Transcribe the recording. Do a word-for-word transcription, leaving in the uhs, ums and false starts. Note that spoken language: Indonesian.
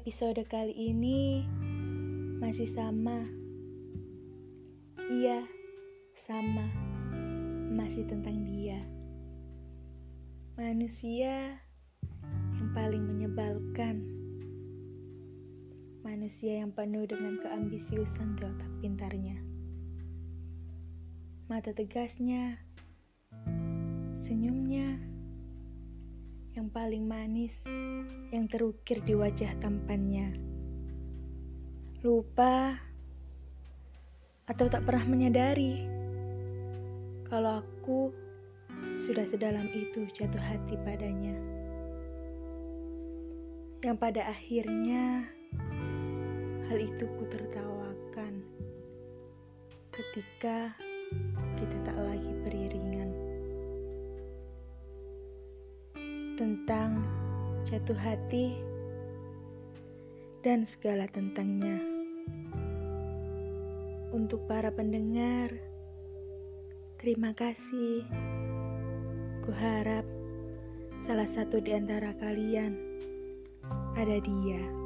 Episode kali ini masih sama. Iya, sama. Masih tentang dia. Manusia yang paling menyebalkan. Manusia yang penuh dengan keambisiusan di otak pintarnya. Mata tegasnya, senyumnya, yang paling manis yang terukir di wajah tampannya. Lupa atau tak pernah menyadari kalau aku sudah sedalam itu jatuh hati padanya. Yang pada akhirnya hal itu ku tertawakan ketika kita tak lagi beriringan. Tentang jatuh hati dan segala tentangnya. Untuk para pendengar, terima kasih. Kuharap salah satu di antara kalian ada dia.